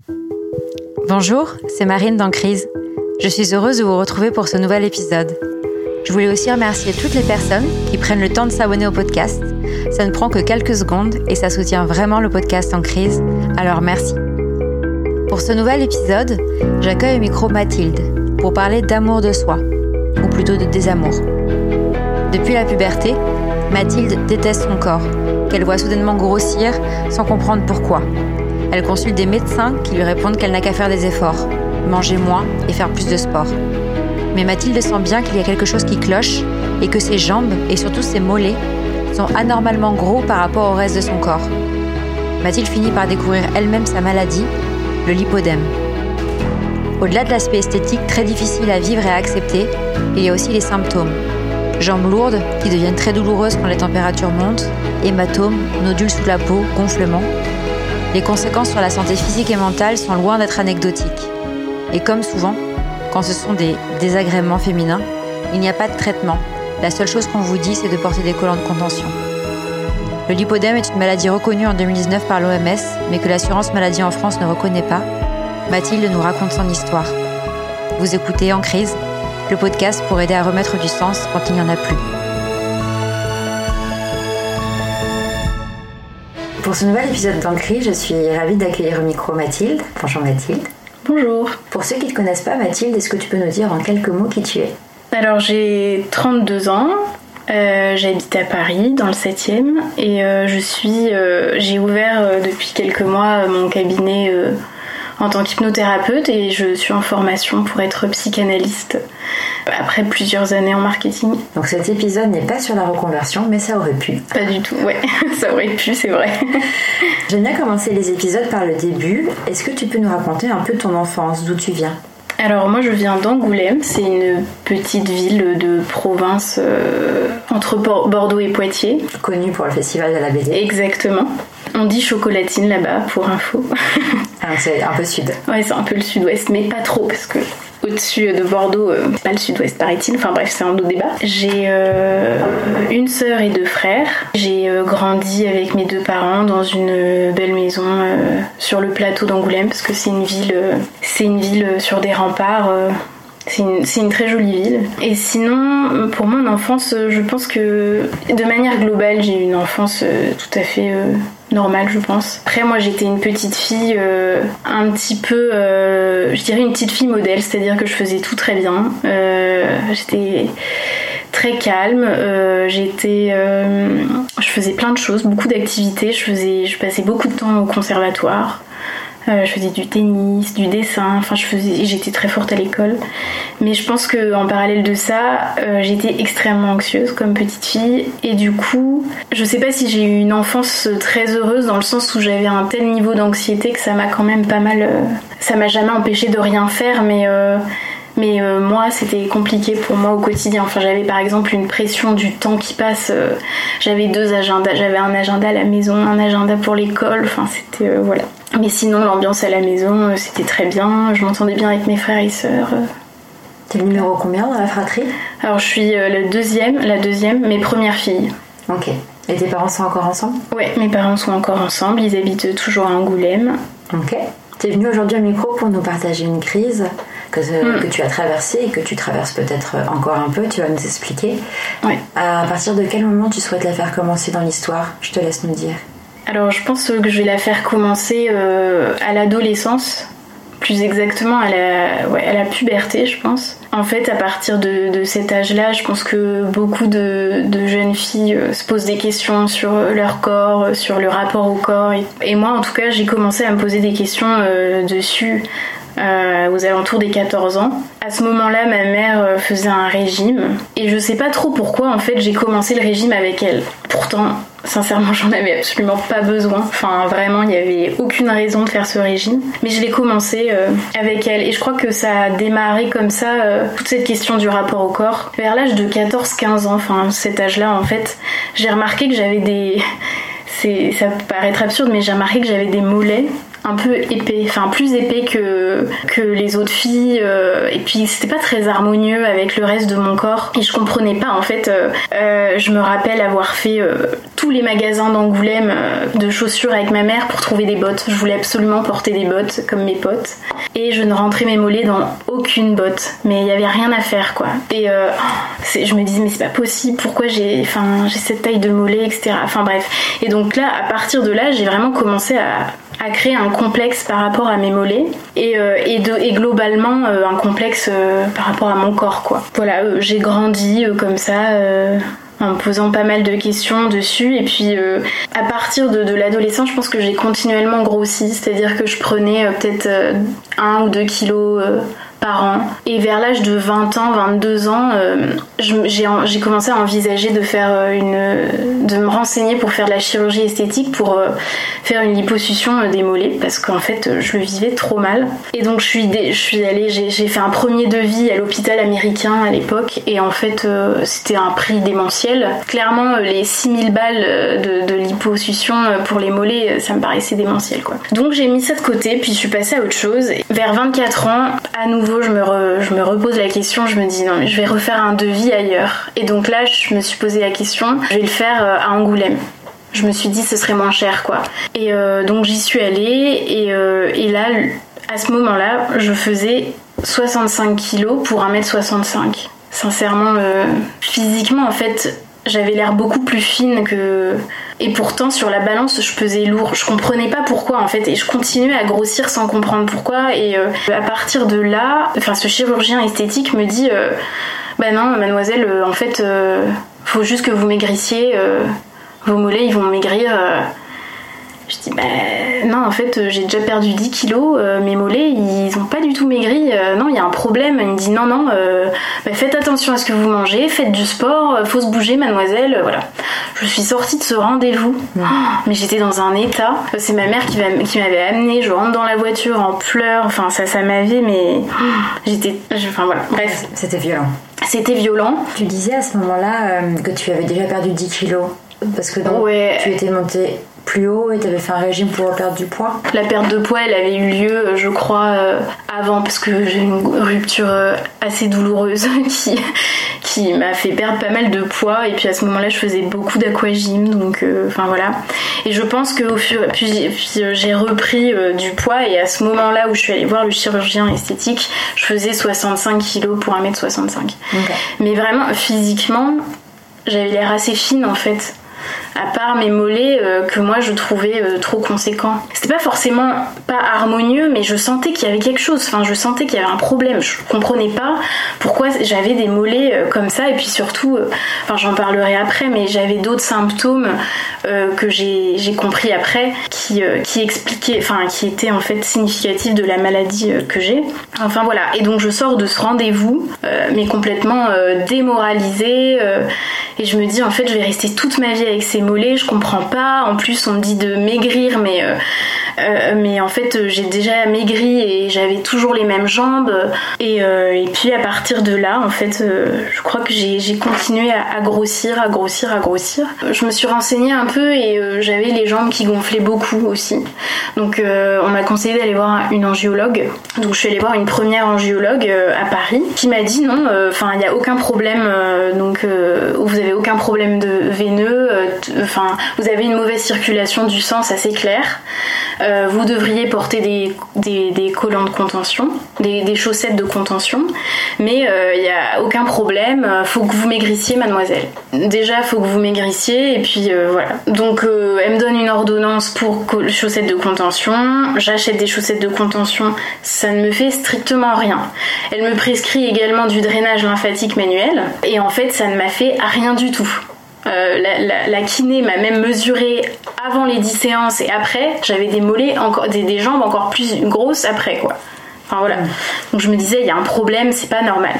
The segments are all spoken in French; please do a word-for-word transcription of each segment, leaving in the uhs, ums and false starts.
Bonjour, c'est Marine dans Crise. Je suis heureuse de vous retrouver pour ce nouvel épisode. Je voulais aussi remercier toutes les personnes qui prennent le temps de s'abonner au podcast. Ça ne prend que quelques secondes et ça soutient vraiment le podcast en crise, alors merci. Pour ce nouvel épisode, j'accueille au micro Mathilde pour parler d'amour de soi, ou plutôt de désamour. Depuis la puberté, Mathilde déteste son corps, qu'elle voit soudainement grossir sans comprendre pourquoi. Elle consulte des médecins qui lui répondent qu'elle n'a qu'à faire des efforts, manger moins et faire plus de sport. Mais Mathilde sent bien qu'il y a quelque chose qui cloche et que ses jambes, et surtout ses mollets, sont anormalement gros par rapport au reste de son corps. Mathilde finit par découvrir elle-même sa maladie, le lipodème. Au-delà de l'aspect esthétique très difficile à vivre et à accepter, il y a aussi les symptômes. Jambes lourdes qui deviennent très douloureuses quand les températures montent, hématomes, nodules sous la peau, gonflements. Les conséquences sur la santé physique et mentale sont loin d'être anecdotiques. Et comme souvent, quand ce sont des désagréments féminins, il n'y a pas de traitement. La seule chose qu'on vous dit, c'est de porter des collants de contention. Le lipodème est une maladie reconnue en deux mille dix-neuf par l'O M S, mais que l'assurance maladie en France ne reconnaît pas. Mathilde nous raconte son histoire. Vous écoutez En Crise, le podcast pour aider à remettre du sens quand il n'y en a plus. Pour ce nouvel épisode d'En Crise, je suis ravie d'accueillir au micro Mathilde. Bonjour Mathilde. Bonjour. Pour ceux qui ne te connaissent pas, Mathilde, est-ce que tu peux nous dire en quelques mots qui tu es ? Alors j'ai trente-deux ans, euh, j'habite à Paris dans le septième et euh, je suis, euh, j'ai ouvert euh, depuis quelques mois euh, mon cabinet euh, en tant qu'hypnothérapeute et je suis en formation pour être psychanalyste après plusieurs années en marketing. Donc cet épisode n'est pas sur la reconversion, mais ça aurait pu. Pas du tout, ouais, ça aurait pu, c'est vrai. J'aime bien commencer les épisodes par le début. Est-ce que tu peux nous raconter un peu ton enfance, d'où tu viens ? Alors moi je viens d'Angoulême, c'est une petite ville de province euh, entre Bordeaux et Poitiers. Connue pour le festival de la B D. Exactement. On dit chocolatine là-bas, pour info. Ah, c'est un peu sud. Ouais, c'est un peu le sud-ouest, mais pas trop, parce que au-dessus de Bordeaux, euh, c'est pas le sud-ouest, paraît-il. Enfin bref, c'est un autre débat. J'ai euh, une sœur et deux frères. J'ai euh, grandi avec mes deux parents dans une belle maison euh, sur le plateau d'Angoulême, parce que c'est une ville, euh, c'est une ville sur des remparts. Euh, C'est une, c'est une très jolie ville. Et sinon, pour mon enfance, je pense que de manière globale, j'ai eu une enfance tout à fait euh, normale, je pense. Après, moi, j'étais une petite fille euh, un petit peu, euh, je dirais une petite fille modèle, c'est-à-dire que je faisais tout très bien. Euh, j'étais très calme. Euh, j'étais, euh, je faisais plein de choses, beaucoup d'activités. Je faisais, je passais beaucoup de temps au conservatoire. Euh, je faisais du tennis, du dessin, enfin je faisais, j'étais très forte à l'école. Mais je pense qu'en parallèle de ça, euh, j'étais extrêmement anxieuse comme petite fille. Et du coup, je sais pas si j'ai eu une enfance très heureuse dans le sens où j'avais un tel niveau d'anxiété que ça m'a quand même pas mal... Euh, ça m'a jamais empêché de rien faire, mais... Euh, Mais euh, moi, c'était compliqué pour moi au quotidien. Enfin, j'avais par exemple une pression du temps qui passe. Euh, j'avais deux agendas. J'avais un agenda à la maison, un agenda pour l'école. Enfin, c'était... Euh, voilà. Mais sinon, l'ambiance à la maison, euh, c'était très bien. Je m'entendais bien avec mes frères et sœurs. Euh. T'es le numéro combien dans la fratrie ? Alors, je suis euh, la deuxième, la deuxième, mes premières filles. Ok. Et tes parents sont encore ensemble ? Ouais, mes parents sont encore ensemble. Ils habitent toujours à Angoulême. Ok. T'es venue aujourd'hui au micro pour nous partager une crise que, mm. que tu as traversée et que tu traverses peut-être encore un peu. Tu vas nous expliquer. Ouais. À partir de quel moment tu souhaites la faire commencer dans l'histoire ? Je te laisse nous dire. Alors, je pense que je vais la faire commencer euh, à l'adolescence. Plus exactement à la, ouais, à la puberté, je pense. En fait, à partir de, de cet âge-là, je pense que beaucoup de, de jeunes filles euh, se posent des questions sur leur corps, sur le rapport au corps. Et, et moi, en tout cas, j'ai commencé à me poser des questions euh, dessus euh, aux alentours des quatorze ans. À ce moment-là, ma mère faisait un régime. Et je sais pas trop pourquoi, en fait, j'ai commencé le régime avec elle. Pourtant... Sincèrement, j'en avais absolument pas besoin. Enfin, vraiment, il n'y avait aucune raison de faire ce régime. Mais je l'ai commencé euh, avec elle. Et je crois que ça a démarré comme ça, euh, toute cette question du rapport au corps. Vers l'âge de quatorze quinze ans, enfin, cet âge-là, en fait, j'ai remarqué que j'avais des... C'est, ça peut paraître absurde, mais j'ai remarqué que j'avais des mollets un peu épais, enfin plus épais que, que les autres filles, euh, et puis c'était pas très harmonieux avec le reste de mon corps, et je comprenais pas en fait. Euh, euh, je me rappelle avoir fait euh, tout tous les magasins d'Angoulême euh, de chaussures avec ma mère pour trouver des bottes. Je voulais absolument porter des bottes comme mes potes. Et je ne rentrais mes mollets dans aucune botte. Mais il n'y avait rien à faire, quoi. Et euh, c'est, je me disais, mais c'est pas possible. Pourquoi j'ai, enfin, j'ai cette taille de mollet, et cetera. Enfin bref. Et donc là, à partir de là, j'ai vraiment commencé à... à créer un complexe par rapport à mes mollets et, euh, et, de, et globalement euh, un complexe euh, par rapport à mon corps, quoi. Voilà, euh, j'ai grandi euh, comme ça euh, en me posant pas mal de questions dessus et puis euh, à partir de, de l'adolescence je pense que j'ai continuellement grossi, c'est-à-dire que je prenais euh, peut-être euh, un ou deux kilos euh, par an. Et vers l'âge de vingt ans, vingt-deux ans, euh, j'ai, j'ai commencé à envisager de faire une, de me renseigner pour faire de la chirurgie esthétique, pour euh, faire une liposuction des mollets, parce qu'en fait, je le vivais trop mal. Et donc, je suis, je suis allée, j'ai, j'ai fait un premier devis à l'hôpital américain à l'époque, et en fait, euh, c'était un prix démentiel. Clairement, les six mille balles de, de liposuction pour les mollets, ça me paraissait démentiel, quoi. Donc, j'ai mis ça de côté, puis je suis passée à autre chose. Vers vingt-quatre ans, à nouveau, Je me, re, je me repose la question, je me dis non mais je vais refaire un devis ailleurs. Et donc là je me suis posé la question, je vais le faire à Angoulême. Je me suis dit ce serait moins cher, quoi. Et euh, donc j'y suis allée et, euh, et là à ce moment-là je faisais soixante-cinq kilos pour un mètre soixante-cinq. Sincèrement euh, physiquement en fait j'avais l'air beaucoup plus fine que... Et pourtant, sur la balance, je pesais lourd. Je comprenais pas pourquoi, en fait. Et je continuais à grossir sans comprendre pourquoi. Et euh, à partir de là, enfin, ce chirurgien esthétique me dit euh, bah non, mademoiselle, euh, en fait, euh, faut juste que vous maigrissiez. Euh, vos mollets, ils vont maigrir. Euh. Je dis bah non, en fait j'ai déjà perdu dix kilos, euh, mes mollets ils ont pas du tout maigri, euh, non il y a un problème. Il me dit non non, euh, bah, faites attention à ce que vous mangez, faites du sport, euh, faut se bouger mademoiselle, euh, voilà. Je suis sortie de ce rendez-vous, mmh. oh, mais j'étais dans un état, c'est ma mère qui, qui m'avait amenée, je rentre dans la voiture en pleurs, enfin ça, ça m'avait, mais oh, j'étais, enfin voilà, bref. C'était violent. C'était violent. Tu disais à ce moment-là euh, que tu avais déjà perdu dix kilos, parce que donc ouais. tu étais montée plus haut et t'avais fait un régime pour perdre du poids. La perte de poids elle avait eu lieu je crois euh, avant, parce que j'ai une rupture euh, assez douloureuse qui, qui m'a fait perdre pas mal de poids et puis à ce moment là je faisais beaucoup d'aquagym, donc enfin euh, voilà. Et je pense que au fur puis, puis euh, j'ai repris euh, du poids et à ce moment là où je suis allée voir le chirurgien esthétique je faisais soixante-cinq kilos pour un mètre soixante-cinq. Okay. Mais vraiment physiquement j'avais l'air assez fine en fait, à part mes mollets euh, que moi je trouvais euh, trop conséquents. C'était pas forcément pas harmonieux, mais je sentais qu'il y avait quelque chose, enfin je sentais qu'il y avait un problème, je comprenais pas pourquoi j'avais des mollets euh, comme ça. Et puis surtout, euh, enfin j'en parlerai après, mais j'avais d'autres symptômes euh, que j'ai, j'ai compris après qui, euh, qui expliquaient, enfin qui étaient en fait significatifs de la maladie euh, que j'ai. Enfin voilà, et donc je sors de ce rendez-vous euh, mais complètement euh, démoralisée euh, et je me dis en fait je vais rester toute ma vie avec ces mollets, je comprends pas. En plus on me dit de maigrir, mais euh, euh, mais en fait j'ai déjà maigri et j'avais toujours les mêmes jambes. Et, euh, et puis à partir de là en fait euh, je crois que j'ai, j'ai continué à, à grossir, à grossir, à grossir. Je me suis renseignée un peu et euh, j'avais les jambes qui gonflaient beaucoup aussi. Donc euh, on m'a conseillé d'aller voir une angiologue. Donc je suis allée voir une première angiologue euh, à Paris qui m'a dit non, enfin euh, il n'y a aucun problème, euh, donc euh, vous avez aucun problème de veineux, enfin euh, vous avez une mauvaise circulation du sang, ça c'est clair. Euh, vous devriez porter des, des, des collants de contention, des, des chaussettes de contention, mais il euh, n'y a aucun problème, faut que vous maigrissiez mademoiselle. Déjà faut que vous maigrissiez et puis euh, voilà. Donc euh, elle me donne une ordonnance pour chaussettes de contention, j'achète des chaussettes de contention, ça ne me fait strictement rien. Elle me prescrit également du drainage lymphatique manuel et en fait ça ne m'a fait rien du tout. Euh, la, la, la kiné m'a même mesuré avant les dix séances et après j'avais des mollets encore, des, des jambes encore plus grosses après quoi. Enfin voilà. Donc je me disais il y a un problème, c'est pas normal.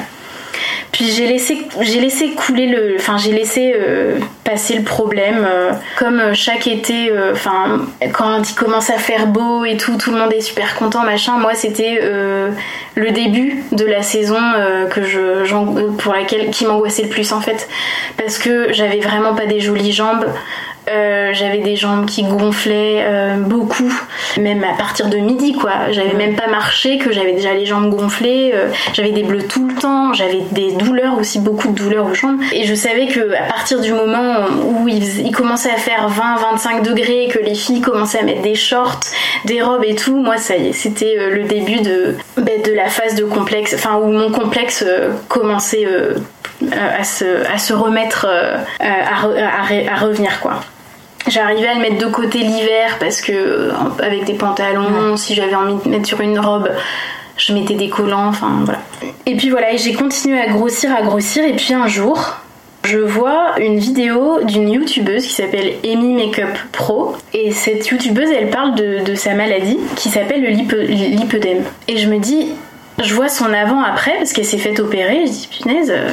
Puis j'ai laissé, j'ai laissé couler le, enfin j'ai laissé euh, passer le problème. Euh, comme chaque été, enfin euh, quand il commence à faire beau et tout, tout le monde est super content machin. Moi c'était euh, le début de la saison euh, que je, pour laquelle qui m'angoissait le plus en fait, parce que j'avais vraiment pas des jolies jambes. Euh, j'avais des jambes qui gonflaient euh, beaucoup, même à partir de midi quoi. J'avais même pas marché que j'avais déjà les jambes gonflées. Euh, j'avais des bleus tout le temps. J'avais des douleurs aussi, beaucoup de douleurs aux jambes. Et je savais que à partir du moment où il, il commençait à faire vingt à vingt-cinq degrés, que les filles commençaient à mettre des shorts, des robes et tout, moi ça y est, c'était euh, le début de bah, de la phase de complexe, enfin où mon complexe euh, commençait euh, à se à se remettre euh, à, à, à revenir quoi. J'arrivais à le mettre de côté l'hiver parce que avec des pantalons, ouais. Si j'avais envie de mettre sur une robe, je mettais des collants, enfin voilà. Et puis voilà, et j'ai continué à grossir, à grossir, et puis un jour, je vois une vidéo d'une youtubeuse qui s'appelle Amy Makeup Pro, et cette youtubeuse, elle parle de, de sa maladie qui s'appelle le lipo, lipœdème. Et je me dis, je vois son avant-après parce qu'elle s'est fait opérer, je dis punaise. Euh...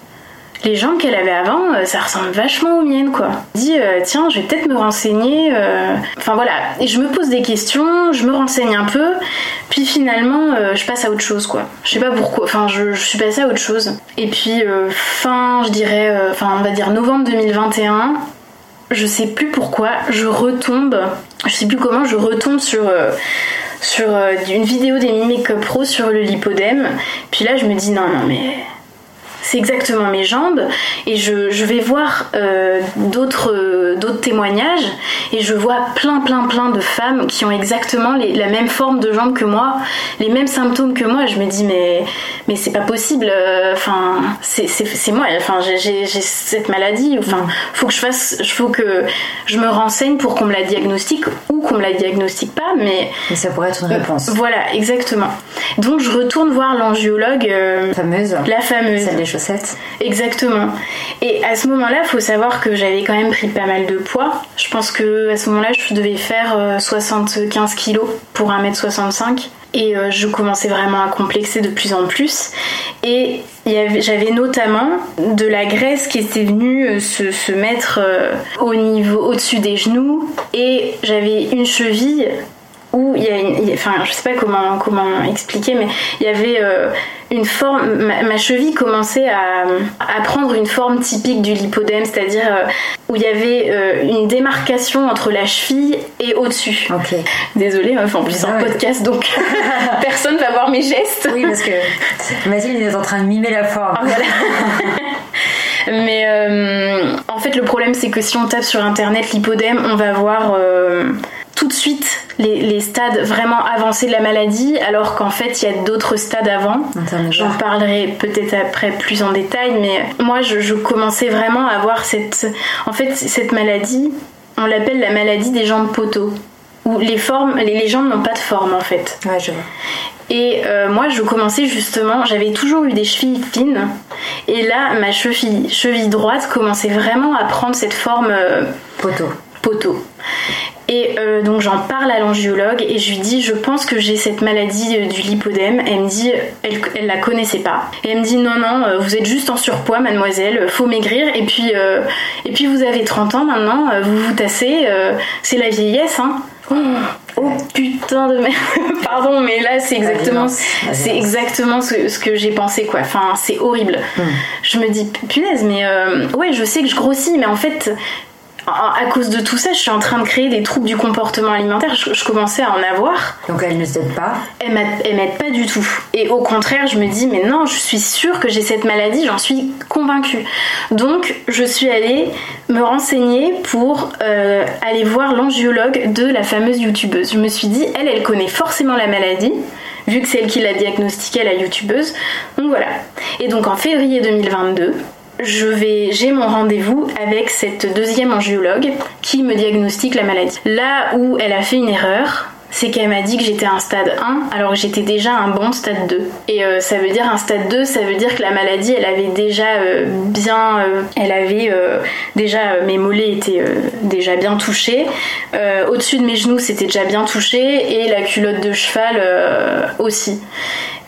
Les jambes qu'elle avait avant, ça ressemble vachement aux miennes, quoi. Je dis, euh, tiens, je vais peut-être me renseigner. Euh... Enfin voilà, et je me pose des questions, je me renseigne un peu, puis finalement, euh, je passe à autre chose, quoi. Je sais pas pourquoi, enfin, je, je suis passée à autre chose. Et puis, euh, fin, je dirais, euh, enfin, on va dire novembre deux mille vingt et un, je sais plus pourquoi, je retombe, je sais plus comment, je retombe sur... Euh, sur euh, une vidéo d'Amy Makeup Pro sur le lipœdème. Puis là, je me dis, non, non, mais... c'est exactement mes jambes, et je, je vais voir euh, d'autres, euh, d'autres témoignages, et je vois plein plein plein de femmes qui ont exactement les, la même forme de jambes que moi, les mêmes symptômes que moi. Je me dis mais, mais c'est pas possible, enfin euh, c'est, c'est, c'est moi, enfin j'ai, j'ai, j'ai cette maladie, enfin faut que je fasse, faut que je me renseigne pour qu'on me la diagnostique ou qu'on me la diagnostique pas, mais, mais ça pourrait être une réponse. Euh, voilà, exactement. Donc je retourne voir l'angiologue, euh, fameuse, la fameuse, celle des chaussettes. Exactement. Et à ce moment-là, faut savoir que j'avais quand même pris pas mal de poids. Je pense que à ce moment-là, je devais faire euh, soixante-quinze kilos pour un mètre soixante-cinq. Et euh, je commençais vraiment à complexer de plus en plus. Et y avait, j'avais notamment de la graisse qui était venue euh, se, se mettre euh, au niveau, au-dessus des genoux. Et j'avais une cheville où il y a une, enfin je sais pas comment comment expliquer, mais il y avait euh, une forme, ma, ma cheville commençait à, à prendre une forme typique du lipœdème, c'est-à-dire euh, où il y avait euh, une démarcation entre la cheville et au-dessus. Ok. Désolée, meuf, en plus c'est un ouais. podcast, donc personne va voir mes gestes. Oui, parce que Mathilde est en train de mimer la forme. Ah, voilà. Mais euh, en fait, le problème, c'est que si on tape sur internet lipœdème, on va voir euh, tout de suite les, les stades vraiment avancés de la maladie, alors qu'en fait, il y a d'autres stades avant. J'en parlerai peut-être après plus en détail, mais moi, je, je commençais vraiment à avoir cette... En fait, cette maladie, on l'appelle la maladie des jambes poteaux, où les, formes, les, les jambes n'ont pas de forme, en fait. Ouais, je vois. Et euh, moi, je commençais justement, j'avais toujours eu des chevilles fines, et là, ma cheville, cheville droite commençait vraiment à prendre cette forme euh, poteau. Poteau. Et euh, donc j'en parle à l'angiologue et je lui dis, je pense que j'ai cette maladie euh, du lipœdème. Elle me dit, elle, elle la connaissait pas. Et elle me dit, non non, euh, vous êtes juste en surpoids, mademoiselle, faut maigrir. Et puis euh, et puis vous avez trente ans maintenant, euh, vous vous tassez, euh, c'est la vieillesse, hein. Oh, oh putain de merde. Pardon, mais là c'est exactement, c'est exactement ce, ce que j'ai pensé, quoi. Enfin, c'est horrible. Mm. Je me dis, punaise, mais euh, ouais, je sais que je grossis, mais en fait, à cause de tout ça, je suis en train de créer des troubles du comportement alimentaire. Je, je commençais à en avoir. Donc elle ne t'aide pas. Elle m'aide pas du tout. Et au contraire, je me dis, mais non, je suis sûre que j'ai cette maladie, j'en suis convaincue. Donc, je suis allée me renseigner pour euh, aller voir l'angiologue de la fameuse youtubeuse. Je me suis dit, elle, elle connaît forcément la maladie, vu que c'est elle qui l'a diagnostiquée, la youtubeuse. Donc voilà. Et donc en février deux mille vingt-deux, je vais, j'ai mon rendez-vous avec cette deuxième angiologue qui me diagnostique la maladie. Là où elle a fait une erreur, c'est qu'elle m'a dit que j'étais à un stade un alors que j'étais déjà à un bon stade deux. Et euh, ça veut dire un stade deux, ça veut dire que la maladie, elle avait déjà euh, bien... Euh, elle avait euh, déjà... Euh, mes mollets étaient euh, déjà bien touchés. Euh, au-dessus de mes genoux, c'était déjà bien touché. Et la culotte de cheval euh, aussi.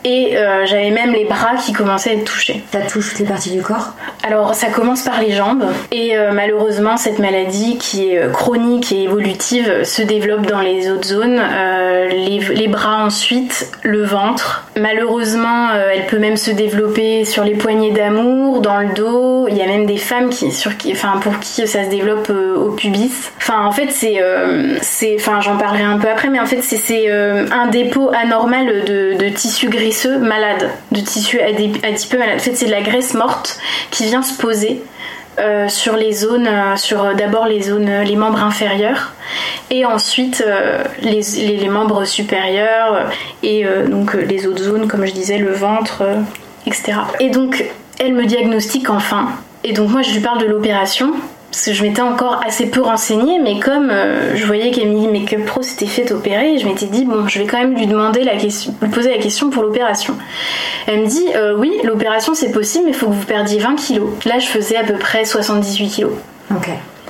et euh, j'avais même les bras qui commençaient à être touchés. Ça touche toutes les parties du corps ? Alors ça commence par les jambes et euh, malheureusement cette maladie qui est chronique et évolutive se développe dans les autres zones, euh, les, les bras ensuite, le ventre. Malheureusement euh, elle peut même se développer sur les poignées d'amour, dans le dos. Il y a même des femmes qui, sur qui, enfin, pour qui ça se développe euh, au pubis. Enfin en fait c'est, euh, c'est, enfin j'en parlerai un peu après, mais en fait c'est, c'est euh, un dépôt anormal de, de tissu graisseux malade, de tissu adipeux malade. En fait c'est de la graisse morte qui vient se poser euh, sur les zones, euh, sur euh, d'abord les zones, euh, les membres inférieurs et ensuite euh, les, les, les membres supérieurs euh, et euh, donc euh, les autres zones comme je disais, le ventre, euh, et cetera. Et donc elle me diagnostique enfin et donc moi je lui parle de l'opération. Parce que je m'étais encore assez peu renseignée, mais comme euh, je voyais qu'Emily Make-up Pro s'était fait opérer, je m'étais dit, bon, je vais quand même lui demander la question, lui poser la question pour l'opération. Elle me dit, euh, oui, l'opération c'est possible, mais il faut que vous perdiez vingt kilos. Là, je faisais à peu près soixante-dix-huit kilos. Ok.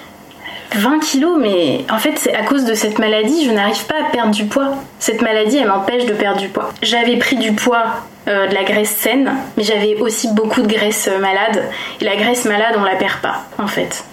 vingt kilos, mais en fait, c'est à cause de cette maladie, je n'arrive pas à perdre du poids. Cette maladie, elle m'empêche de perdre du poids. J'avais pris du poids, euh, de la graisse saine, mais j'avais aussi beaucoup de graisse euh, malade. Et la graisse malade, on la perd pas, en fait.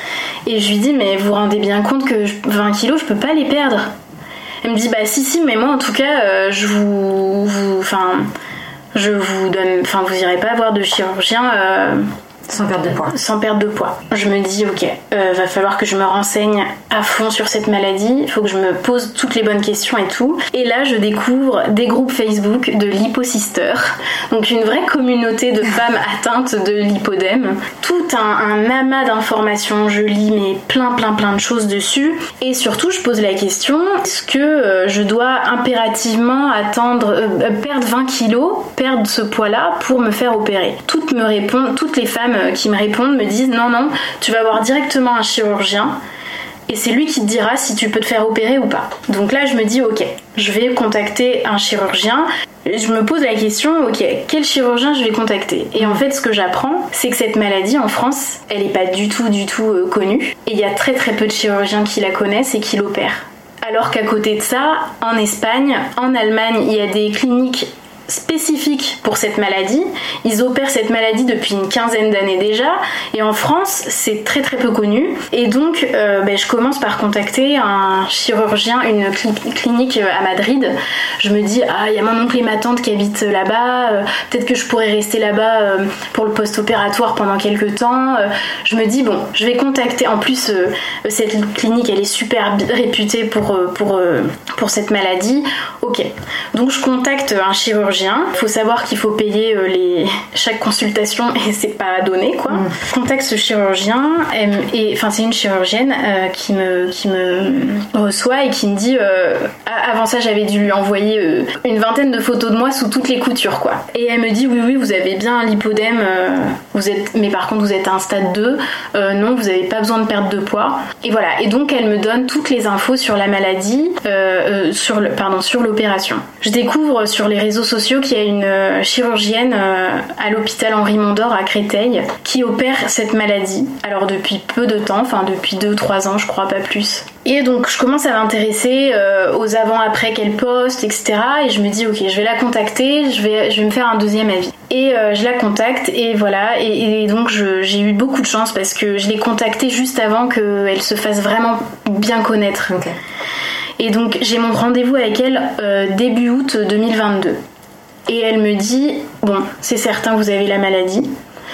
Et je lui dis, mais vous vous rendez bien compte que vingt kilos, je peux pas les perdre. Elle me dit, bah si, si, mais moi en tout cas, euh, je vous. Enfin, je vous donne. Enfin, vous irez pas voir de chirurgien. Euh, Sans perdre de poids. Sans perdre de poids. Je me dis, ok, euh, va falloir que je me renseigne à fond sur cette maladie. Il faut que je me pose toutes les bonnes questions et tout. Et là, je découvre des groupes Facebook de Liposisters. Donc une vraie communauté de femmes atteintes de lipodème. Tout un, un amas d'informations. Je lis mais plein, plein, plein de choses dessus. Et surtout, je pose la question, est-ce que euh, je dois impérativement attendre, euh, perdre vingt kilos, perdre ce poids-là pour me faire opérer ? Toutes me répondent, toutes les femmes qui me répondent me disent non non, tu vas voir directement un chirurgien et c'est lui qui te dira si tu peux te faire opérer ou pas. Donc là je me dis ok, je vais contacter un chirurgien. Je me pose la question, ok, quel chirurgien je vais contacter ? Et en fait ce que j'apprends, c'est que cette maladie en France, elle est pas du tout du tout euh, connue et il y a très très peu de chirurgiens qui la connaissent et qui l'opèrent. Alors qu'à côté de ça, en Espagne, en Allemagne, il y a des cliniques spécifiques pour cette maladie. Ils opèrent cette maladie depuis une quinzaine d'années déjà et en France c'est très très peu connu et donc euh, ben, je commence par contacter un chirurgien, une cl- clinique à Madrid. Je me dis ah il y a mon oncle et ma tante qui habitent là-bas, euh, peut-être que je pourrais rester là-bas euh, pour le post-opératoire pendant quelques temps. Euh, je me dis bon je vais contacter, en plus euh, cette clinique elle est super réputée pour, euh, pour, euh, pour cette maladie. Ok, donc je contacte un chirurgien. Il faut savoir qu'il faut payer euh, les... chaque consultation et c'est pas donné quoi. Mmh. Je contacte ce chirurgien et enfin c'est une chirurgienne euh, qui me qui me reçoit et qui me dit euh, avant ça j'avais dû lui envoyer euh, une vingtaine de photos de moi sous toutes les coutures quoi. Et elle me dit oui oui vous avez bien un lipodème, euh, vous êtes mais par contre vous êtes à un stade deux, euh, non vous avez pas besoin de perdre de poids. Et voilà, et donc elle me donne toutes les infos sur la maladie, euh, euh, sur le pardon sur l'opération. Je découvre sur les réseaux sociaux qu'il y a une euh, chirurgienne euh, à l'hôpital Henri Mondor à Créteil qui opère cette maladie. Alors depuis peu de temps, enfin depuis deux ou trois ans je crois, pas plus. Et donc je commence à m'intéresser euh, aux avant-après qu'elle poste, et cetera. Et je me dis ok, je vais la contacter, je vais, je vais me faire un deuxième avis. Et euh, je la contacte et voilà. Et, et donc je, j'ai eu beaucoup de chance parce que je l'ai contactée juste avant qu'elle se fasse vraiment bien connaître. Okay. Et donc j'ai mon rendez-vous avec elle euh, début août deux mille vingt-deux. Et elle me dit, bon, c'est certain, vous avez la maladie,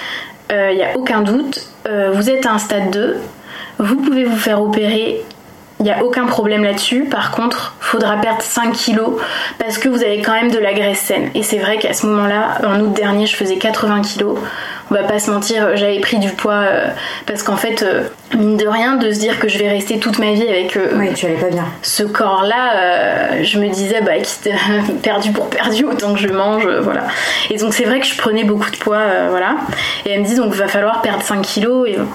il euh, n'y a aucun doute, euh, vous êtes à un stade deux, vous pouvez vous faire opérer, il n'y a aucun problème là-dessus. Par contre, il faudra perdre cinq kilos parce que vous avez quand même de la graisse saine. Et c'est vrai qu'à ce moment-là, en août dernier, je faisais quatre-vingts kilos. On va pas se mentir, j'avais pris du poids euh, parce qu'en fait, euh, mine de rien, de se dire que je vais rester toute ma vie avec euh, oui, tu allais pas bien. Ce corps-là, euh, je me disais, bah, quitte, perdu pour perdu, autant que je mange, euh, voilà. Et donc c'est vrai que je prenais beaucoup de poids, euh, voilà. Et elle me dit, donc il va falloir perdre cinq kilos. Et,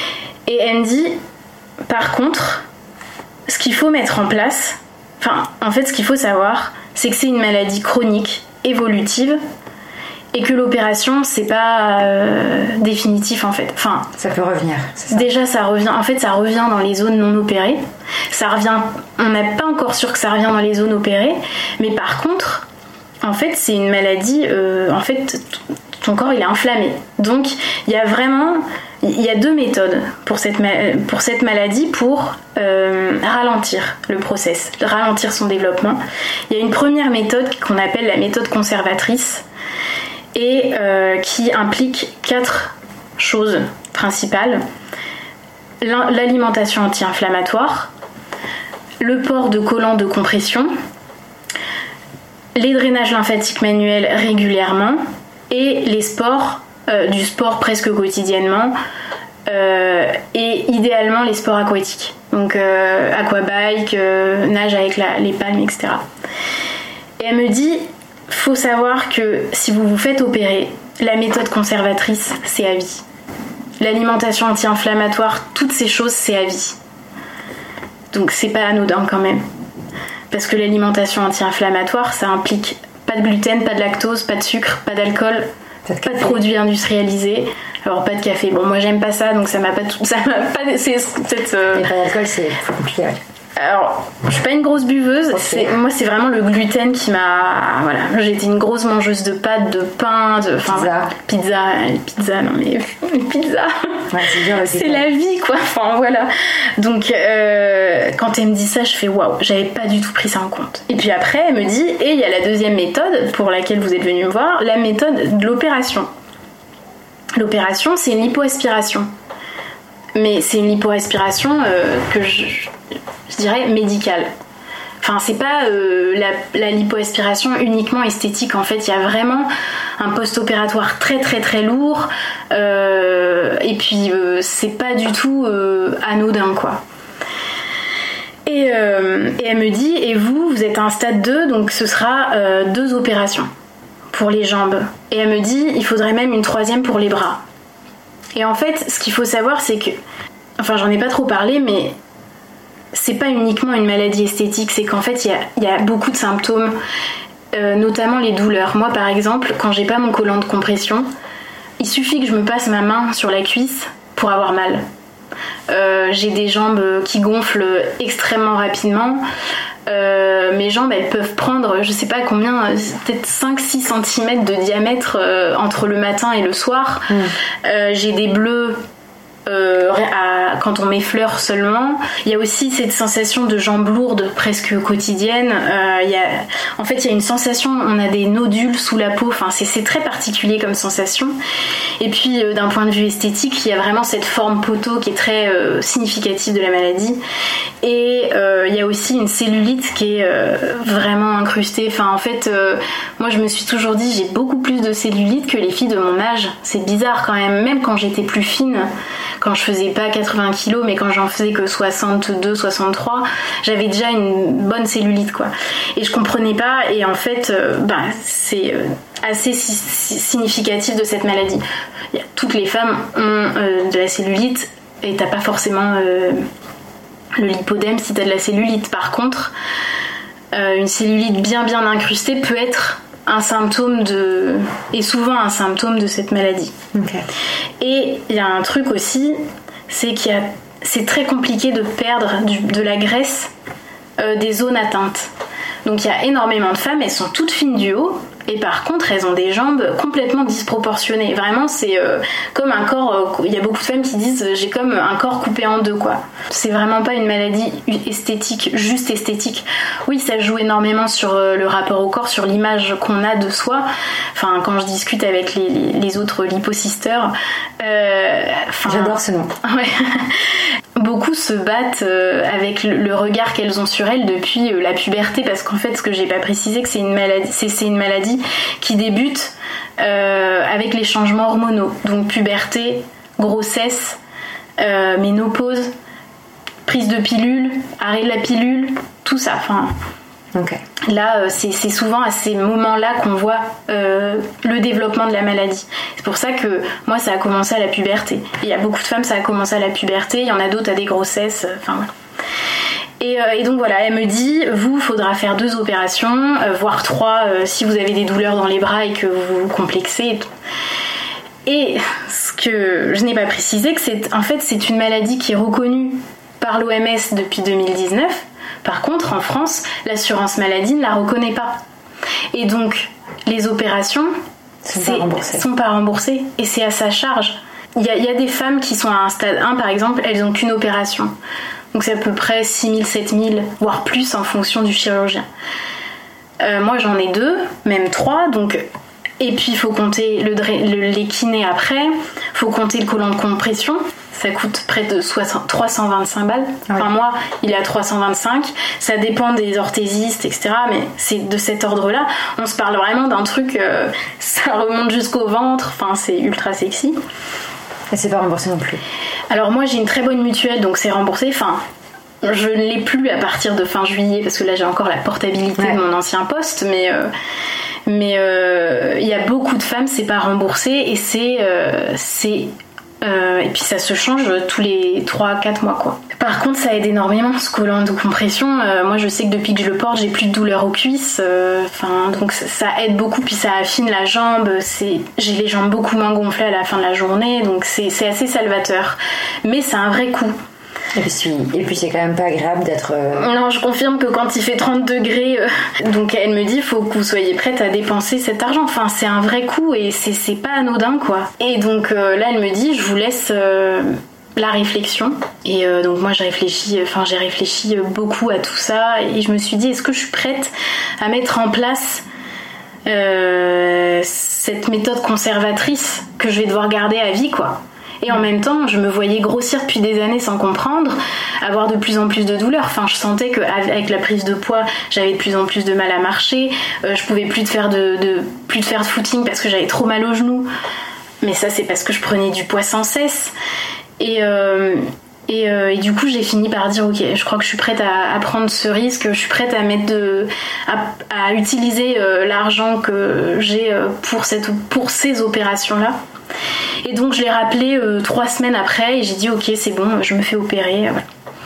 et elle me dit, par contre, ce qu'il faut mettre en place, enfin, en fait, ce qu'il faut savoir, c'est que c'est une maladie chronique, évolutive, et que l'opération c'est pas euh, définitif en fait. Enfin, ça peut revenir. C'est ça. Déjà ça revient. En fait, ça revient dans les zones non opérées. Ça revient. On n'est pas encore sûr que ça revient dans les zones opérées, mais par contre, en fait, c'est une maladie. Euh, en fait, ton corps il est inflammé. Donc, il y a vraiment, il y a deux méthodes pour cette pour cette maladie pour euh, ralentir le process, ralentir son développement. Il y a une première méthode qu'on appelle la méthode conservatrice et euh, qui implique quatre choses principales. L'alimentation anti-inflammatoire, le port de collants de compression, les drainages lymphatiques manuels régulièrement et les sports, euh, du sport presque quotidiennement euh, et idéalement les sports aquatiques, donc euh, aquabike, euh, nage avec la, les palmes, et cetera. Et elle me dit, faut savoir que si vous vous faites opérer, la méthode conservatrice, c'est à vie. L'alimentation anti-inflammatoire, toutes ces choses, c'est à vie. Donc c'est pas anodin quand même. Parce que l'alimentation anti-inflammatoire, ça implique pas de gluten, pas de lactose, pas de sucre, pas d'alcool, pas de, pas de produits industrialisés. Alors pas de café. Bon, moi j'aime pas ça, donc ça m'a pas tout. Ça m'a pas. C'est peut-être. Euh... Et pas d'alcool, c'est compliqué, ouais. Alors, je suis pas une grosse buveuse. Okay. C'est, moi, c'est vraiment le gluten qui m'a. Voilà, j'ai été une grosse mangeuse de pâtes, de pain, de. Enfin, pizza. Pizza, pizza, non mais pizza. Ouais, c'est bien le C'est la vie, quoi. Enfin, voilà. Donc, euh, quand elle me dit ça, je fais waouh, j'avais pas du tout pris ça en compte. Et puis après, elle me dit, et il y a la deuxième méthode pour laquelle vous êtes venu me voir, la méthode de l'opération. L'opération, c'est une lipoaspiration. Mais c'est une lipoaspiration euh, que je. je dirais médicale. Enfin, c'est pas euh, la, la lipoaspiration uniquement esthétique. En fait, il y a vraiment un post-opératoire très très très lourd. Euh, et puis, euh, c'est pas du tout euh, anodin, quoi. Et, euh, et elle me dit, et vous, vous êtes à un stade deux, donc ce sera euh, deux opérations pour les jambes. Et elle me dit, il faudrait même une troisième pour les bras. Et en fait, ce qu'il faut savoir, c'est que... Enfin, j'en ai pas trop parlé, mais... c'est pas uniquement une maladie esthétique, c'est qu'en fait il y a, y a beaucoup de symptômes, euh, notamment les douleurs. Moi par exemple, quand j'ai pas mon collant de compression, il suffit que je me passe ma main sur la cuisse pour avoir mal. Euh, j'ai des jambes qui gonflent extrêmement rapidement. Euh, mes jambes elles peuvent prendre je sais pas combien, peut-être cinq six centimètres de diamètre euh, entre le matin et le soir. Mmh. Euh, j'ai des bleus Euh, à, quand on m'effleure seulement. Il y a aussi cette sensation de jambes lourdes presque quotidienne. Euh, il y a, en fait, il y a une sensation, on a des nodules sous la peau. Enfin, c'est, c'est très particulier comme sensation. Et puis, euh, d'un point de vue esthétique, il y a vraiment cette forme poteau qui est très euh, significative de la maladie. Et euh, il y a aussi une cellulite qui est euh, vraiment incrustée. Enfin, en fait, euh, moi, je me suis toujours dit, j'ai beaucoup plus de cellulite que les filles de mon âge. C'est bizarre quand même, même quand j'étais plus fine. Quand je faisais pas quatre-vingts kilos, mais quand j'en faisais que soixante-deux, soixante-trois, j'avais déjà une bonne cellulite, quoi. Et je comprenais pas, et en fait, euh, bah, c'est assez si- si- significatif de cette maladie. Toutes les femmes ont euh, de la cellulite, et t'as pas forcément euh, le lipodème si t'as de la cellulite. Par contre, euh, une cellulite bien bien incrustée peut être un symptôme de... et souvent un symptôme de cette maladie. Okay. Et il y a un truc aussi, c'est qu'il y a... c'est très compliqué de perdre du... de la graisse euh, des zones atteintes. Donc il y a énormément de femmes, elles sont toutes fines du haut, et par contre elles ont des jambes complètement disproportionnées. Vraiment, c'est euh, comme un corps... Il euh, y a beaucoup de femmes qui disent euh, j'ai comme un corps coupé en deux, quoi. C'est vraiment pas une maladie esthétique, juste esthétique. Oui, ça joue énormément sur euh, le rapport au corps, sur l'image qu'on a de soi. Enfin, quand je discute avec les, les, les autres liposisters... Euh, J'adore ce nom. Ouais. Beaucoup se battent euh, avec le, le regard qu'elles ont sur elles depuis euh, la puberté, parce qu'en fait, ce que j'ai pas précisé, que c'est une maladie, c'est, c'est une maladie qui débute euh, avec les changements hormonaux. Donc puberté, grossesse, euh, ménopause, prise de pilule, arrêt de la pilule, tout ça. Enfin, okay. Là, euh, c'est, c'est souvent à ces moments-là qu'on voit euh, le développement de la maladie. C'est pour ça que moi, ça a commencé à la puberté. Il y a beaucoup de femmes, ça a commencé à la puberté. Il y en a d'autres à des grossesses. Enfin voilà. Et, euh, et donc voilà, elle me dit, vous, faudra faire deux opérations, euh, voire trois, euh, si vous avez des douleurs dans les bras et que vous vous complexez et tout. Et ce que je n'ai pas précisé, que c'est, en fait, c'est une maladie qui est reconnue par l'O M S depuis deux mille dix-neuf. Par contre, en France, l'assurance maladie ne la reconnaît pas. Et donc, les opérations sont pas remboursées. sont pas remboursées et c'est à sa charge. Il y a, il y a des femmes qui sont à un stade un, par exemple, elles n'ont qu'une opération. Donc c'est à peu près six mille, sept mille, voire plus en fonction du chirurgien. Euh, moi j'en ai deux, même trois, donc... Et puis il faut compter le, le, les kinés après, il faut compter le collant de compression, ça coûte près de soixante, trois cent vingt-cinq balles. Enfin oui. Moi, il est à trois cent vingt-cinq, ça dépend des orthésistes, et cetera. Mais c'est de cet ordre-là. On se parle vraiment d'un truc, euh, ça remonte jusqu'au ventre, enfin c'est ultra sexy. Et c'est pas remboursé non plus. Alors moi j'ai une très bonne mutuelle, donc c'est remboursé, enfin... Je ne l'ai plus à partir de fin juillet parce que là j'ai encore la portabilité ouais. de mon ancien poste, mais euh, mais il euh, y a beaucoup de femmes, c'est pas remboursé et c'est euh, c'est euh, et puis ça se change tous les trois à quatre mois quoi. Par contre ça aide énormément ce collant de compression. Euh, moi je sais que depuis que je le porte j'ai plus de douleur aux cuisses. Enfin euh, donc ça, ça aide beaucoup puis ça affine la jambe. C'est j'ai les jambes beaucoup moins gonflées à la fin de la journée donc c'est c'est assez salvateur. Mais c'est un vrai coup. Et puis, et puis c'est quand même pas agréable d'être... Euh... Non, je confirme que quand il fait trente degrés, euh, donc elle me dit faut que vous soyez prête à dépenser cet argent. Enfin, c'est un vrai coût et c'est, c'est pas anodin, quoi. Et donc euh, là, elle me dit je vous laisse euh, la réflexion. Et euh, donc moi, j'ai réfléchi, enfin, j'ai réfléchi beaucoup à tout ça et je me suis dit est-ce que je suis prête à mettre en place euh, cette méthode conservatrice que je vais devoir garder à vie, quoi. Et en même temps, je me voyais grossir depuis des années sans comprendre, avoir de plus en plus de douleurs. Enfin, je sentais qu'avec la prise de poids, j'avais de plus en plus de mal à marcher. Euh, je pouvais plus de faire de, de, plus de faire de footing parce que j'avais trop mal aux genoux. Mais ça, c'est parce que je prenais du poids sans cesse. Et... Euh, Et, euh, et du coup j'ai fini par dire ok je crois que je suis prête à, à prendre ce risque, je suis prête à mettre de, à, à utiliser euh, l'argent que j'ai euh, pour, cette, pour ces opérations là et donc je l'ai rappelé euh, trois semaines après et j'ai dit ok c'est bon je me fais opérer voilà.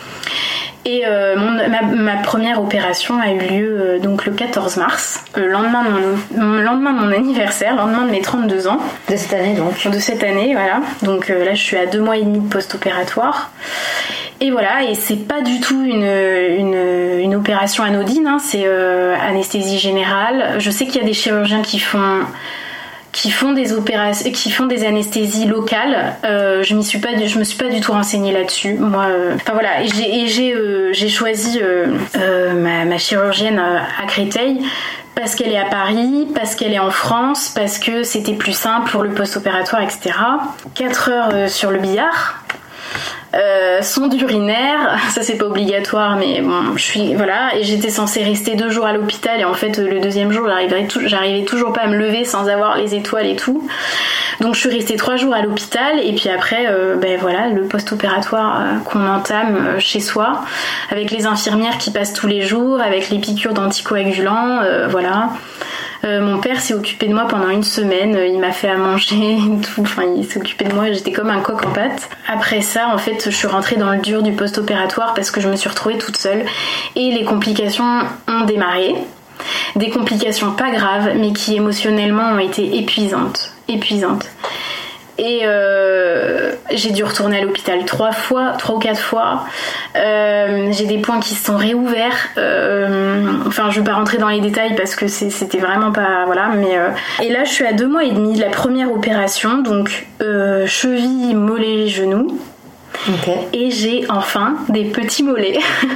Et euh, mon, ma, ma première opération a eu lieu euh, donc le quatorze mars, le lendemain de mon, le lendemain de mon anniversaire, le lendemain de mes trente-deux ans. De cette année donc. De cette année, voilà. Donc euh, là je suis à deux mois et demi de post-opératoire. Et voilà, et c'est pas du tout une, une, une opération anodine, hein, c'est euh, anesthésie générale. Je sais qu'il y a des chirurgiens qui font... qui font des opérations, qui font des anesthésies locales. Euh, je m'y suis pas, je me suis pas du tout renseignée là-dessus. Moi, euh, enfin voilà, et j'ai, et j'ai, euh, j'ai choisi euh, euh, ma, ma chirurgienne à Créteil parce qu'elle est à Paris, parce qu'elle est en France, parce que c'était plus simple pour le post-opératoire, et cetera. Quatre heures euh, sur le billard. Euh, sonde urinaire, ça c'est pas obligatoire mais bon je suis voilà et j'étais censée rester deux jours à l'hôpital et en fait le deuxième jour j'arrivais, tout, j'arrivais toujours pas à me lever sans avoir les étoiles et tout donc je suis restée trois jours à l'hôpital et puis après euh, ben voilà le post-opératoire euh, qu'on entame euh, chez soi avec les infirmières qui passent tous les jours avec les piqûres d'anticoagulants euh, voilà. Euh, mon père s'est occupé de moi pendant une semaine, il m'a fait à manger et tout, enfin il s'est occupé de moi, j'étais comme un coq en pâte. Après ça, en fait, je suis rentrée dans le dur du post-opératoire parce que je me suis retrouvée toute seule et les complications ont démarré. Des complications pas graves, mais qui émotionnellement ont été épuisantes, épuisantes. Et euh, j'ai dû retourner à l'hôpital trois fois, trois ou quatre fois. Euh, j'ai des points qui se sont réouverts. Euh, enfin, je ne vais pas rentrer dans les détails parce que c'est, c'était vraiment pas... Voilà, mais... Euh, et là, je suis à deux mois et demi de la première opération. Donc, euh, cheville, mollet, genou. Okay. Et j'ai enfin des petits mollets.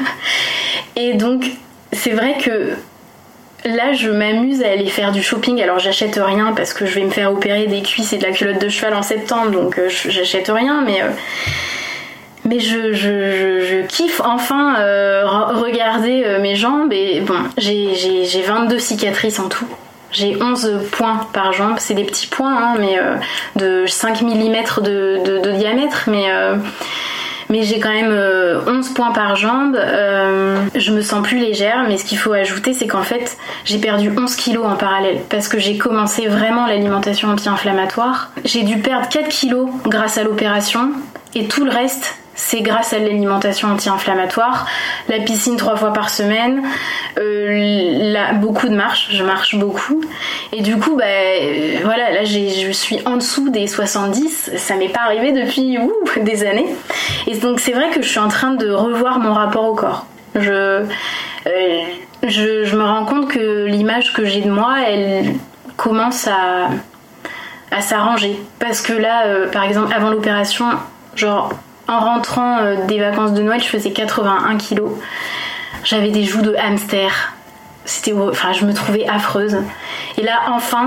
Et donc, c'est vrai que... Là, je m'amuse à aller faire du shopping. Alors, j'achète rien parce que je vais me faire opérer des cuisses et de la culotte de cheval en septembre, donc euh, j'achète rien. Mais euh, mais je, je, je, je kiffe enfin euh, regarder euh, mes jambes. Et bon, j'ai, j'ai, j'ai vingt-deux cicatrices en tout. J'ai onze points par jambe. C'est des petits points, hein, mais euh, de cinq millimètres de, de, de diamètre, mais. Euh, Mais j'ai quand même euh, onze points par jambe, euh, je me sens plus légère, mais ce qu'il faut ajouter c'est qu'en fait j'ai perdu onze kilos en parallèle parce que j'ai commencé vraiment l'alimentation anti-inflammatoire. J'ai dû perdre quatre kilos grâce à l'opération et tout le reste c'est grâce à l'alimentation anti-inflammatoire, la piscine trois fois par semaine, euh, la, beaucoup de marche, je marche beaucoup et du coup bah euh, voilà là j'ai, je suis en dessous des soixante-dix, ça m'est pas arrivé depuis ouh, des années et donc c'est vrai que je suis en train de revoir mon rapport au corps. Je, euh, je, je me rends compte que l'image que j'ai de moi, elle commence à, à s'arranger. Parce que là, euh, par exemple, avant l'opération, genre en rentrant euh, des vacances de Noël, je faisais quatre-vingt-un kilos. J'avais des joues de hamster. C'était, enfin, je me trouvais affreuse. Et là, enfin,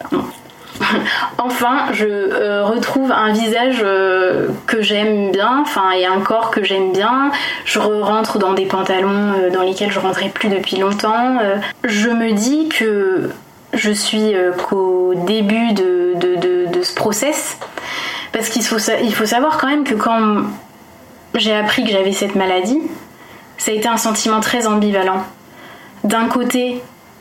enfin, je euh, retrouve un visage euh, que j'aime bien, enfin, et un corps que j'aime bien. Je rentre dans des pantalons euh, dans lesquels je rentrais plus depuis longtemps. Euh, je me dis que je suis euh, qu'au début de, de, de, de ce process, parce qu'il faut, il faut savoir quand même que quand j'ai appris que j'avais cette maladie, ça a été un sentiment très ambivalent. D'un côté,